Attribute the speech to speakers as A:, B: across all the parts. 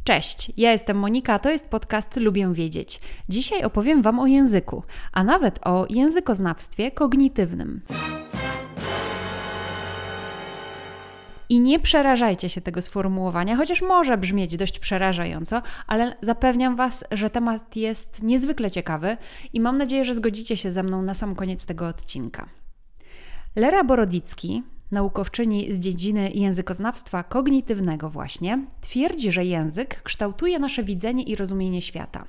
A: Cześć, ja jestem Monika, a to jest podcast Lubię Wiedzieć. Dzisiaj opowiem Wam o języku, a nawet o językoznawstwie kognitywnym. I nie przerażajcie się tego sformułowania, chociaż może brzmieć dość przerażająco, ale zapewniam Was, że temat jest niezwykle ciekawy i mam nadzieję, że zgodzicie się ze mną na sam koniec tego odcinka. Lera Borodicki, naukowczyni z dziedziny językoznawstwa kognitywnego właśnie, twierdzi, że język kształtuje nasze widzenie i rozumienie świata.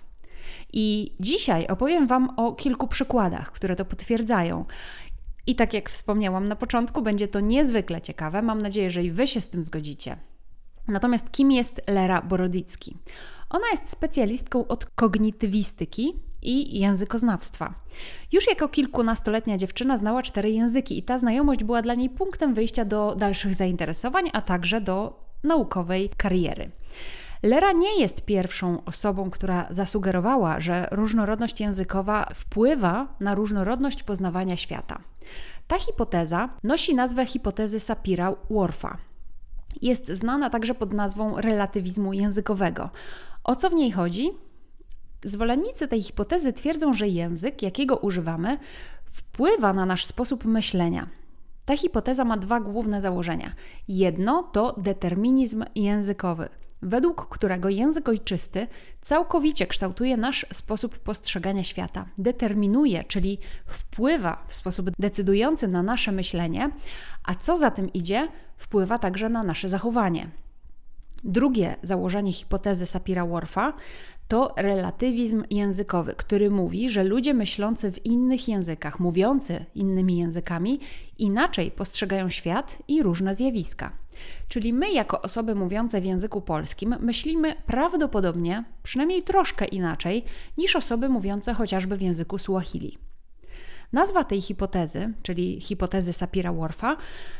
A: I dzisiaj opowiem Wam o kilku przykładach, które to potwierdzają. I tak jak wspomniałam na początku, będzie to niezwykle ciekawe. Mam nadzieję, że i Wy się z tym zgodzicie. Natomiast kim jest Lera Borodicki? Ona jest specjalistką od kognitywistyki i językoznawstwa. Już jako kilkunastoletnia dziewczyna znała 4 języki i ta znajomość była dla niej punktem wyjścia do dalszych zainteresowań, a także do naukowej kariery. Lera nie jest pierwszą osobą, która zasugerowała, że różnorodność językowa wpływa na różnorodność poznawania świata. Ta hipoteza nosi nazwę hipotezy Sapira-Whorfa. Jest znana także pod nazwą relatywizmu językowego. O co w niej chodzi? Zwolennicy tej hipotezy twierdzą, że język, jakiego używamy, wpływa na nasz sposób myślenia. Ta hipoteza ma 2 główne założenia. Jedno to determinizm językowy, według którego język ojczysty całkowicie kształtuje nasz sposób postrzegania świata. Determinuje, czyli wpływa w sposób decydujący na nasze myślenie, a co za tym idzie, wpływa także na nasze zachowanie. Drugie założenie hipotezy Sapira-Whorfa to relatywizm językowy, który mówi, że ludzie myślący w innych językach, mówiący innymi językami, inaczej postrzegają świat i różne zjawiska. Czyli my, jako osoby mówiące w języku polskim, myślimy prawdopodobnie, przynajmniej troszkę inaczej, niż osoby mówiące chociażby w języku Suahili. Nazwa tej hipotezy, czyli hipotezy Sapira-Whorfa,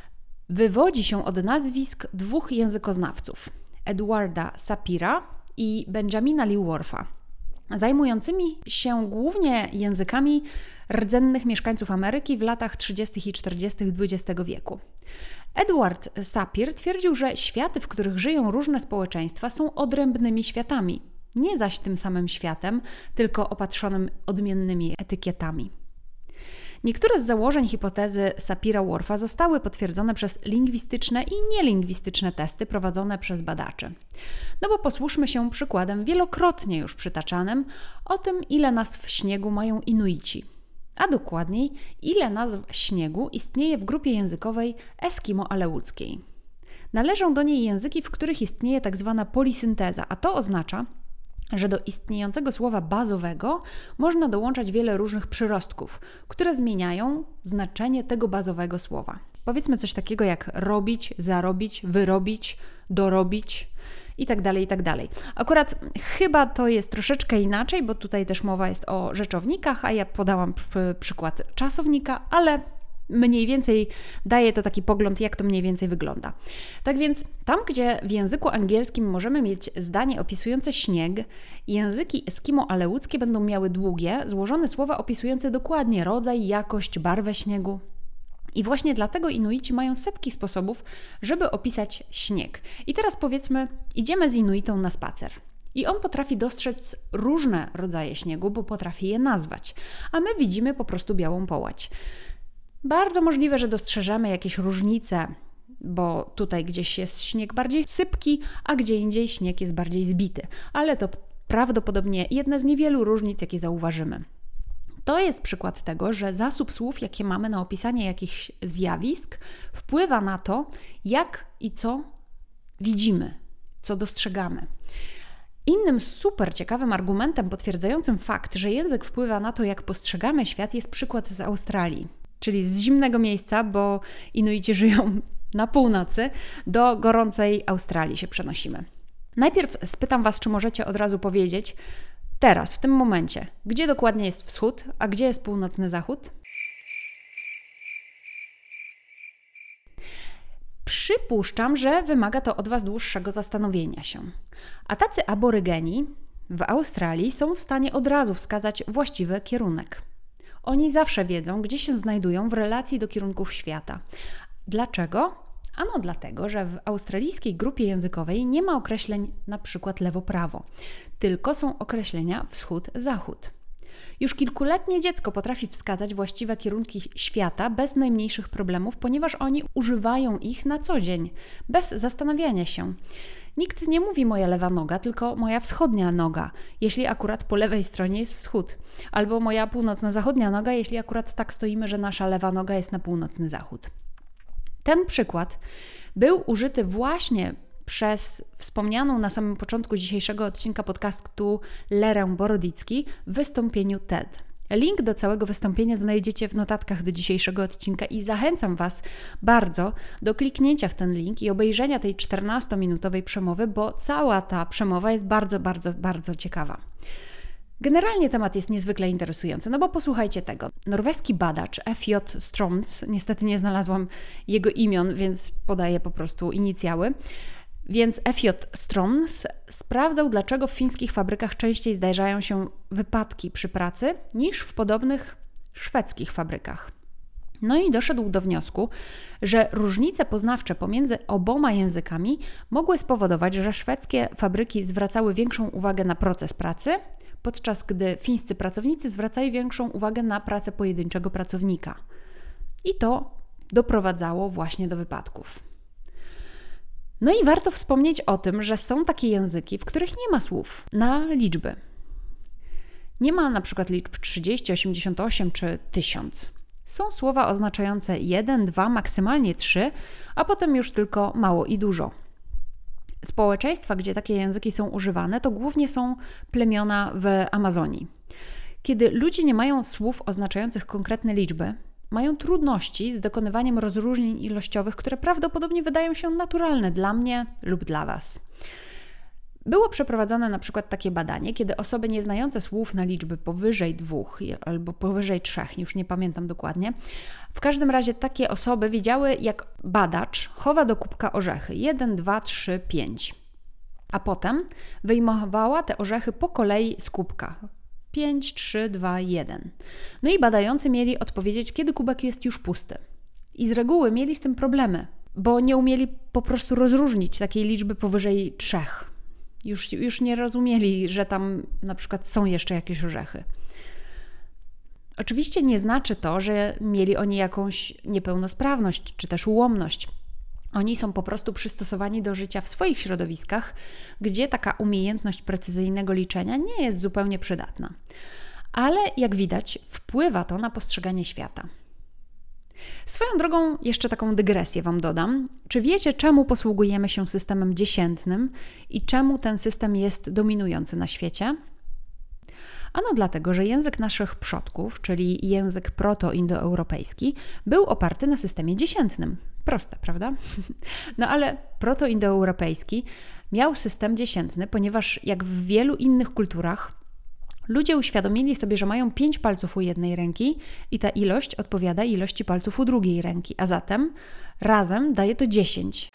A: wywodzi się od nazwisk 2 językoznawców, Edwarda Sapira i Benjamina Lee Whorfa, zajmującymi się głównie językami rdzennych mieszkańców Ameryki w latach 30. i 40. XX wieku. Edward Sapir twierdził, że światy, w których żyją różne społeczeństwa, są odrębnymi światami, nie zaś tym samym światem, tylko opatrzonym odmiennymi etykietami. Niektóre z założeń hipotezy Sapira-Whorfa zostały potwierdzone przez lingwistyczne i nielingwistyczne testy prowadzone przez badaczy. No bo posłużmy się przykładem wielokrotnie już przytaczanym o tym, ile nazw śniegu mają Inuici, a dokładniej, ile nazw śniegu istnieje w grupie językowej eskimo-aleuckiej. Należą do niej języki, w których istnieje tzw. polisynteza, a to oznacza, że do istniejącego słowa bazowego można dołączać wiele różnych przyrostków, które zmieniają znaczenie tego bazowego słowa. Powiedzmy coś takiego jak robić, zarobić, wyrobić, dorobić itd., itd. Akurat chyba to jest troszeczkę inaczej, bo tutaj też mowa jest o rzeczownikach, a ja podałam przykład czasownika, ale mniej więcej daje to taki pogląd, jak to mniej więcej wygląda. Tak więc tam, gdzie w języku angielskim możemy mieć zdanie opisujące śnieg, języki eskimo-aleuckie będą miały długie, złożone słowa opisujące dokładnie rodzaj, jakość, barwę śniegu. I właśnie dlatego Inuici mają setki sposobów, żeby opisać śnieg. I teraz powiedzmy, idziemy z Inuitą na spacer. I on potrafi dostrzec różne rodzaje śniegu, bo potrafi je nazwać, a my widzimy po prostu białą połać. Bardzo możliwe, że dostrzeżemy jakieś różnice, bo tutaj gdzieś jest śnieg bardziej sypki, a gdzie indziej śnieg jest bardziej zbity. Ale to prawdopodobnie jedne z niewielu różnic, jakie zauważymy. To jest przykład tego, że zasób słów, jakie mamy na opisanie jakichś zjawisk, wpływa na to, jak i co widzimy, co dostrzegamy. Innym super ciekawym argumentem potwierdzającym fakt, że język wpływa na to, jak postrzegamy świat, jest przykład z Australii. Czyli z zimnego miejsca, bo Inuici żyją na północy, do gorącej Australii się przenosimy. Najpierw spytam Was, czy możecie od razu powiedzieć, teraz, w tym momencie, gdzie dokładnie jest wschód, a gdzie jest północny zachód? Przypuszczam, że wymaga to od Was dłuższego zastanowienia się. A tacy aborygeni w Australii są w stanie od razu wskazać właściwy kierunek. Oni zawsze wiedzą, gdzie się znajdują w relacji do kierunków świata. Dlaczego? Ano dlatego, że w australijskiej grupie językowej nie ma określeń na przykład lewo-prawo, tylko są określenia wschód-zachód. Już kilkuletnie dziecko potrafi wskazać właściwe kierunki świata bez najmniejszych problemów, ponieważ oni używają ich na co dzień, bez zastanawiania się. Nikt nie mówi moja lewa noga, tylko moja wschodnia noga, jeśli akurat po lewej stronie jest wschód. Albo moja północno-zachodnia noga, jeśli akurat tak stoimy, że nasza lewa noga jest na północny zachód. Ten przykład był użyty właśnie przez wspomnianą na samym początku dzisiejszego odcinka podcastu Lerę Borodicki w wystąpieniu TED. Link do całego wystąpienia znajdziecie w notatkach do dzisiejszego odcinka i zachęcam Was bardzo do kliknięcia w ten link i obejrzenia tej 14-minutowej przemowy, bo cała ta przemowa jest bardzo, bardzo, bardzo ciekawa. Generalnie temat jest niezwykle interesujący, no bo posłuchajcie tego. Norweski badacz F.J. Strøms, niestety nie znalazłam jego imion, więc podaję po prostu inicjały. Więc F.J. Strøms sprawdzał, dlaczego w fińskich fabrykach częściej zdarzają się wypadki przy pracy niż w podobnych szwedzkich fabrykach. No i doszedł do wniosku, że różnice poznawcze pomiędzy oboma językami mogły spowodować, że szwedzkie fabryki zwracały większą uwagę na proces pracy, podczas gdy fińscy pracownicy zwracają większą uwagę na pracę pojedynczego pracownika. I to doprowadzało właśnie do wypadków. No i warto wspomnieć o tym, że są takie języki, w których nie ma słów na liczby. Nie ma na przykład liczb 30, 88 czy 1000. Są słowa oznaczające 1, 2, maksymalnie 3, a potem już tylko mało i dużo. Społeczeństwa, gdzie takie języki są używane, to głównie są plemiona w Amazonii. Kiedy ludzie nie mają słów oznaczających konkretne liczby, mają trudności z dokonywaniem rozróżnień ilościowych, które prawdopodobnie wydają się naturalne dla mnie lub dla Was. Było przeprowadzone na przykład takie badanie, kiedy osoby nieznające słów na liczby powyżej 2 albo powyżej 3, już nie pamiętam dokładnie, w każdym razie takie osoby widziały, jak badacz chowa do kubka orzechy 1, 2, 3, 5, a potem wyjmowała te orzechy po kolei z kubka 5, 3, 2, 1. No i badający mieli odpowiedzieć, kiedy kubek jest już pusty. I z reguły mieli z tym problemy, bo nie umieli po prostu rozróżnić takiej liczby powyżej 3. Już nie rozumieli, że tam na przykład są jeszcze jakieś orzechy. Oczywiście nie znaczy to, że mieli oni jakąś niepełnosprawność czy też ułomność. Oni są po prostu przystosowani do życia w swoich środowiskach, gdzie taka umiejętność precyzyjnego liczenia nie jest zupełnie przydatna. Ale jak widać, wpływa to na postrzeganie świata. Swoją drogą jeszcze taką dygresję Wam dodam. Czy wiecie, czemu posługujemy się systemem dziesiętnym i czemu ten system jest dominujący na świecie? Ano dlatego, że język naszych przodków, czyli język proto-indoeuropejski, był oparty na systemie dziesiętnym. Proste, prawda? No ale proto-indoeuropejski miał system dziesiętny, ponieważ jak w wielu innych kulturach ludzie uświadomili sobie, że mają 5 palców u jednej ręki i ta ilość odpowiada ilości palców u drugiej ręki, a zatem razem daje to 10.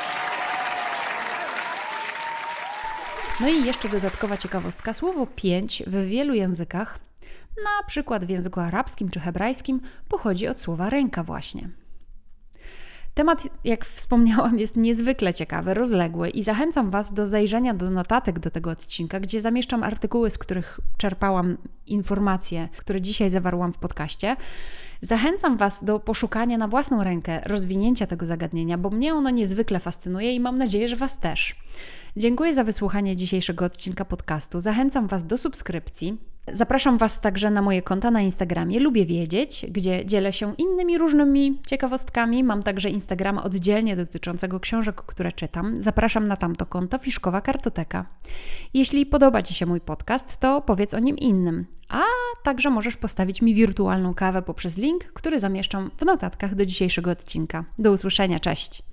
A: No i jeszcze dodatkowa ciekawostka. Słowo 5 w wielu językach, na przykład w języku arabskim czy hebrajskim, pochodzi od słowa ręka właśnie. Temat, jak wspomniałam, jest niezwykle ciekawy, rozległy i zachęcam Was do zajrzenia do notatek do tego odcinka, gdzie zamieszczam artykuły, z których czerpałam informacje, które dzisiaj zawarłam w podcaście. Zachęcam Was do poszukania na własną rękę rozwinięcia tego zagadnienia, bo mnie ono niezwykle fascynuje i mam nadzieję, że Was też. Dziękuję za wysłuchanie dzisiejszego odcinka podcastu. Zachęcam Was do subskrypcji. Zapraszam Was także na moje konta na Instagramie Lubię Wiedzieć, gdzie dzielę się innymi różnymi ciekawostkami. Mam także Instagrama oddzielnie dotyczącego książek, które czytam. Zapraszam na tamto konto Fiszkowa Kartoteka. Jeśli podoba Ci się mój podcast, to powiedz o nim innym. A także możesz postawić mi wirtualną kawę poprzez link, który zamieszczam w notatkach do dzisiejszego odcinka. Do usłyszenia, cześć!